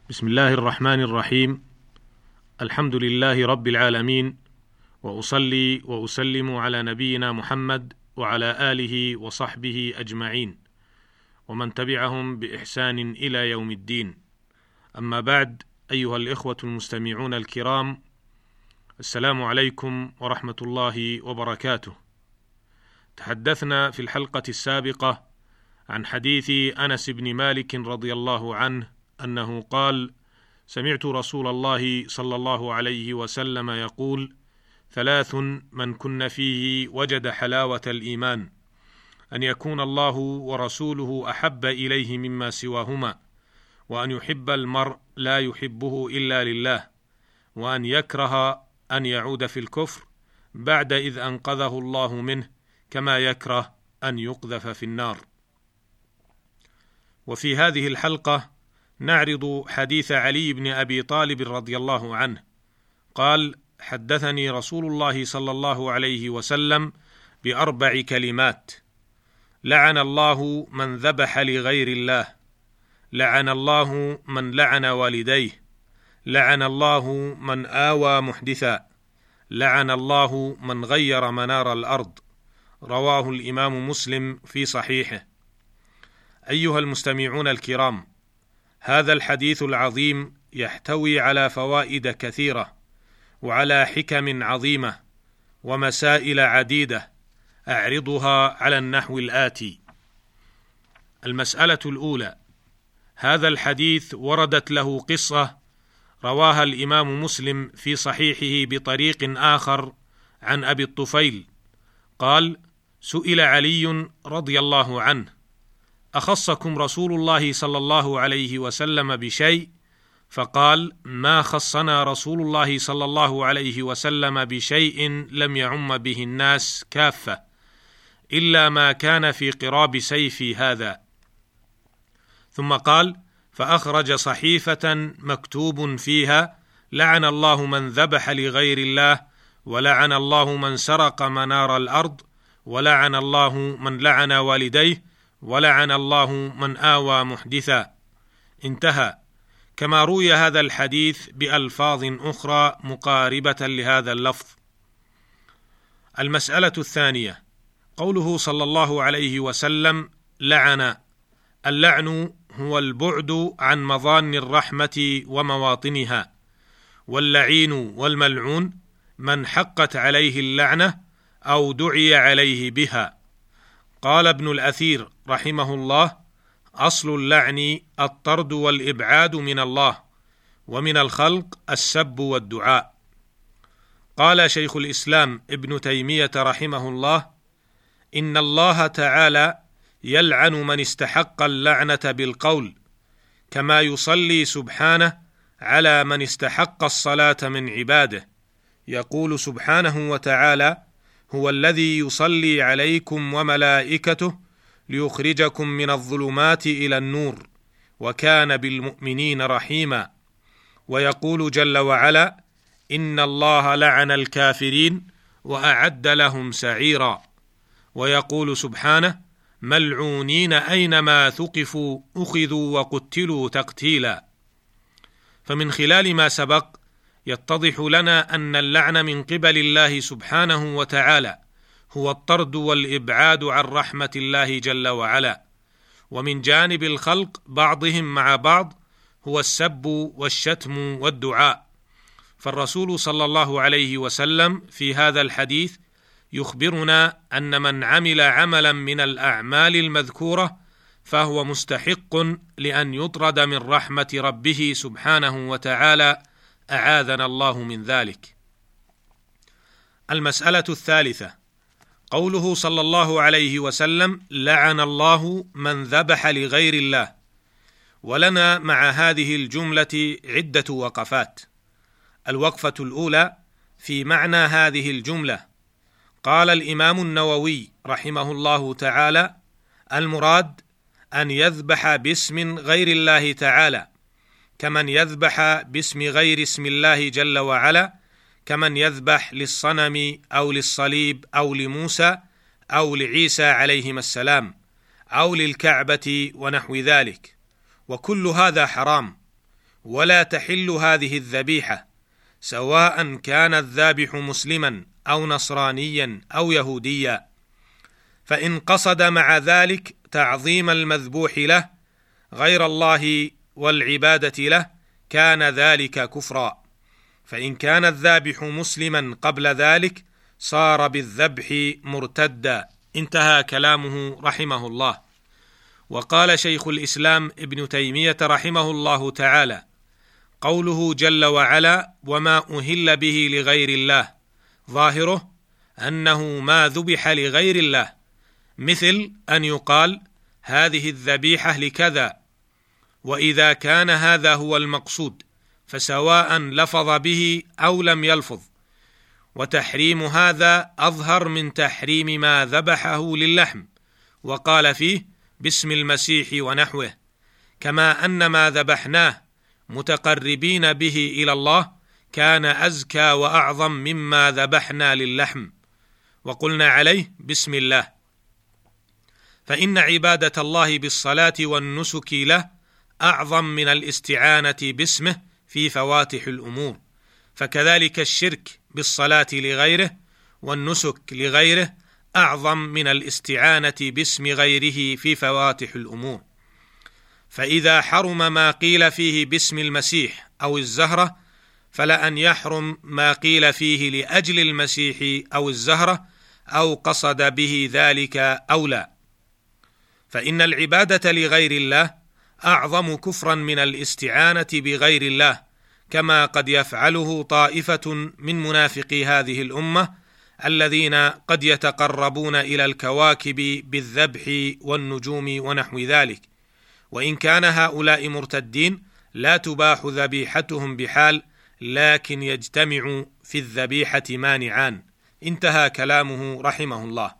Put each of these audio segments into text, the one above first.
بسم الله الرحمن الرحيم. الحمد لله رب العالمين، وأصلي وأسلم على نبينا محمد وعلى آله وصحبه أجمعين ومن تبعهم بإحسان إلى يوم الدين. أما بعد، أيها الإخوة المستمعون الكرام، السلام عليكم ورحمة الله وبركاته. تحدثنا في الحلقة السابقة عن حديث أنس بن مالك رضي الله عنه أنه قال: سمعت رسول الله صلى الله عليه وسلم يقول: 3 من كن فيه وجد حلاوة الإيمان، أن يكون الله ورسوله أحب إليه مما سواهما، وأن يحب المرء لا يحبه إلا لله، وأن يكره أن يعود في الكفر بعد إذ أنقذه الله منه، كما يكره أن يقذف في النار. وفي هذه الحلقة نعرض حديث علي بن أبي طالب رضي الله عنه قال: حدثني رسول الله صلى الله عليه وسلم ب4 كلمات: لعن الله من ذبح لغير الله، لعن الله من لعن والديه، لعن الله من آوى محدثا، لعن الله من غير منار الأرض. رواه الإمام مسلم في صحيحه. أيها المستمعون الكرام، هذا الحديث العظيم يحتوي على فوائد كثيرة، وعلى حكم عظيمة، ومسائل عديدة، أعرضها على النحو الآتي. المسألة الأولى: هذا الحديث وردت له قصة رواها الإمام مسلم في صحيحه بطريق آخر عن أبي الطفيل قال: سئل علي رضي الله عنه: أخصكم رسول الله صلى الله عليه وسلم بشيء؟ فقال: ما خصنا رسول الله صلى الله عليه وسلم بشيء لم يعم به الناس كافة، إلا ما كان في قراب سيفي هذا. ثم قال: فأخرج صحيفة مكتوب فيها: لعن الله من ذبح لغير الله، ولعن الله من سرق منار الأرض، ولعن الله من لعن والديه، ولعن الله من آوى محدثا. انتهى. كما روي هذا الحديث بألفاظ أخرى مقاربة لهذا اللفظ. المسألة الثانية: قوله صلى الله عليه وسلم لعن. اللعن هو البعد عن مظان الرحمة ومواطنها، واللعين والملعون من حقت عليه اللعنة أو دعي عليه بها. قال ابن الأثير رحمه الله: أصل اللعن الطرد والإبعاد من الله، ومن الخلق السب والدعاء. قال شيخ الإسلام ابن تيمية رحمه الله: إن الله تعالى يلعن من استحق اللعنة بالقول، كما يصلي سبحانه على من استحق الصلاة من عباده. يقول سبحانه وتعالى: هو الذي يصلي عليكم وملائكته ليخرجكم من الظلمات إلى النور، وكان بالمؤمنين رحيما. ويقول جل وعلا: إن الله لعن الكافرين وأعد لهم سعيرا. ويقول سبحانه: ملعونين أينما ثقفوا أخذوا وقتلوا تقتيلا. فمن خلال ما سبق يتضح لنا أن اللعن من قبل الله سبحانه وتعالى هو الطرد والإبعاد عن رحمة الله جل وعلا، ومن جانب الخلق بعضهم مع بعض هو السب والشتم والدعاء. فالرسول صلى الله عليه وسلم في هذا الحديث يخبرنا أن من عمل عملا من الأعمال المذكورة فهو مستحق لأن يطرد من رحمة ربه سبحانه وتعالى، أعاذنا الله من ذلك. المسألة الثالثة: قوله صلى الله عليه وسلم لعن الله من ذبح لغير الله. ولنا مع هذه الجملة عدة وقفات. الوقفة الأولى في معنى هذه الجملة. قال الإمام النووي رحمه الله تعالى: المراد أن يذبح باسم غير الله تعالى، كمن يذبح باسم غير اسم الله جل وعلا، كمن يذبح للصنم أو للصليب أو لموسى أو لعيسى عليهما السلام أو للكعبة ونحو ذلك. وكل هذا حرام، ولا تحل هذه الذبيحة، سواء كان الذابح مسلما أو نصرانيا أو يهوديا، فإن قصد مع ذلك تعظيم المذبوح له غير الله والعبادة له كان ذلك كفرا، فإن كان الذابح مسلما قبل ذلك صار بالذبح مرتدا. انتهى كلامه رحمه الله. وقال شيخ الإسلام ابن تيمية رحمه الله تعالى: قوله جل وعلا: وما أهل به لغير الله، ظاهره أنه ما ذبح لغير الله، مثل أن يقال هذه الذبيحة لكذا، وإذا كان هذا هو المقصود فسواء لفظ به أو لم يلفظ، وتحريم هذا أظهر من تحريم ما ذبحه للحم وقال فيه باسم المسيح ونحوه، كما أن ما ذبحناه متقربين به إلى الله كان أزكى وأعظم مما ذبحنا للحم وقلنا عليه بسم الله، فإن عبادة الله بالصلاة والنسك له أعظم من الاستعانة باسمه في فواتح الأمور، فكذلك الشرك بالصلاة لغيره والنسك لغيره أعظم من الاستعانة باسم غيره في فواتح الأمور. فإذا حرم ما قيل فيه باسم المسيح أو الزهرة، فلأن يحرم ما قيل فيه لأجل المسيح أو الزهرة أو قصد به ذلك أو لا، فإن العبادة لغير الله أعظم كفرا من الاستعانة بغير الله، كما قد يفعله طائفة من منافقي هذه الأمة الذين قد يتقربون إلى الكواكب بالذبح والنجوم ونحو ذلك، وإن كان هؤلاء مرتدين لا تباح ذبيحتهم بحال، لكن يجتمع في الذبيحة مانعان. انتهى كلامه رحمه الله.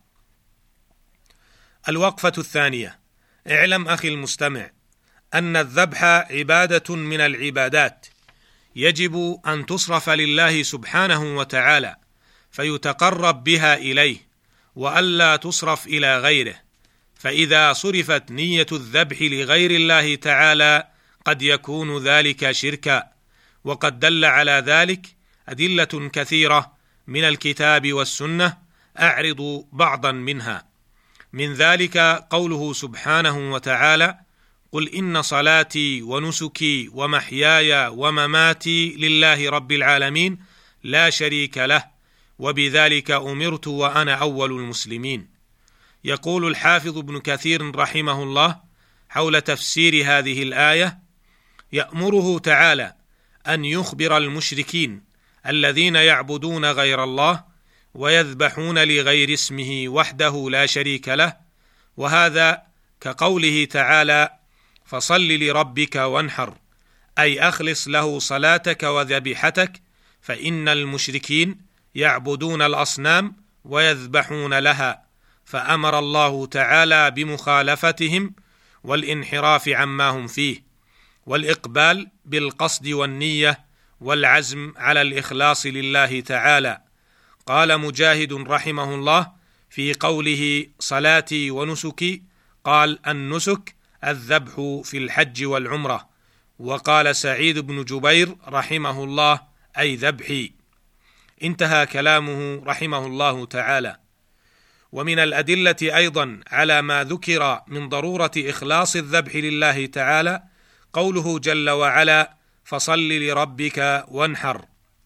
الوقفة الثانية: اعلم أخي المستمع أن الذبح عبادة من العبادات، يجب أن تصرف لله سبحانه وتعالى فيتقرب بها إليه، وألا تصرف إلى غيره، فإذا صرفت نية الذبح لغير الله تعالى قد يكون ذلك شركا، وقد دل على ذلك أدلة كثيرة من الكتاب والسنة، أعرض بعضا منها. من ذلك قوله سبحانه وتعالى: قل إن صلاتي ونسكي ومحياي ومماتي لله رب العالمين لا شريك له وبذلك أمرت وأنا أول المسلمين. يقول الحافظ ابن كثير رحمه الله حول تفسير هذه الآية: يأمره تعالى أن يخبر المشركين الذين يعبدون غير الله ويذبحون لغير اسمه وحده لا شريك له، وهذا كقوله تعالى: فصل لربك وانحر، أي أخلص له صلاتك وذبيحتك، فإن المشركين يعبدون الأصنام ويذبحون لها، فأمر الله تعالى بمخالفتهم والانحراف عما هم فيه، والإقبال بالقصد والنية والعزم على الإخلاص لله تعالى. قال مجاهد رحمه الله في قوله صلاتي ونسكي، قال النسك الذبح في الحج والعمرة، وقال سعيد بن جبير رحمه الله أي ذبحي. انتهى كلامه رحمه الله تعالى. ومن الأدلة أيضا على ما ذكر من ضرورة إخلاص الذبح لله تعالى قوله جل وعلا: فصل لربك وانحر.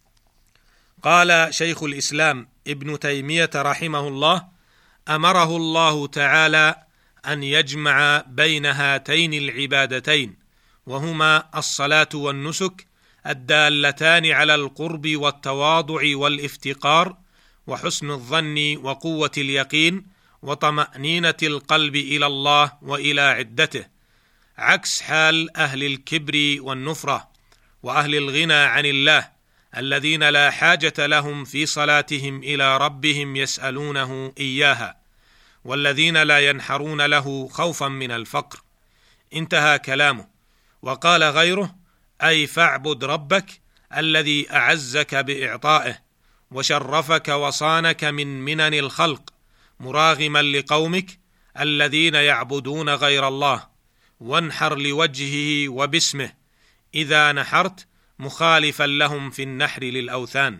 قال شيخ الإسلام ابن تيمية رحمه الله: أمره الله تعالى أن يجمع بين هاتين العبادتين، وهما الصلاة والنسك الدالتان على القرب والتواضع والافتقار وحسن الظن وقوة اليقين وطمأنينة القلب إلى الله وإلى عدته، عكس حال أهل الكبر والنفرة وأهل الغنى عن الله الذين لا حاجة لهم في صلاتهم إلى ربهم يسألونه إياها، والذين لا ينحرون له خوفا من الفقر. انتهى كلامه. وقال غيره: أي فاعبد ربك الذي أعزك بإعطائه وشرفك وصانك من منن الخلق، مراغما لقومك الذين يعبدون غير الله، وانحر لوجهه وباسمه، إذا نحرت مخالفا لهم في النحر للأوثان.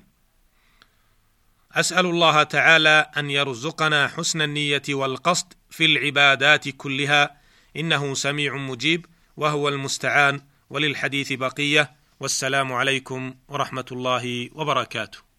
أسأل الله تعالى أن يرزقنا حسن النية والقصد في العبادات كلها، إنه سميع مجيب وهو المستعان، وللحديث بقية، والسلام عليكم ورحمة الله وبركاته.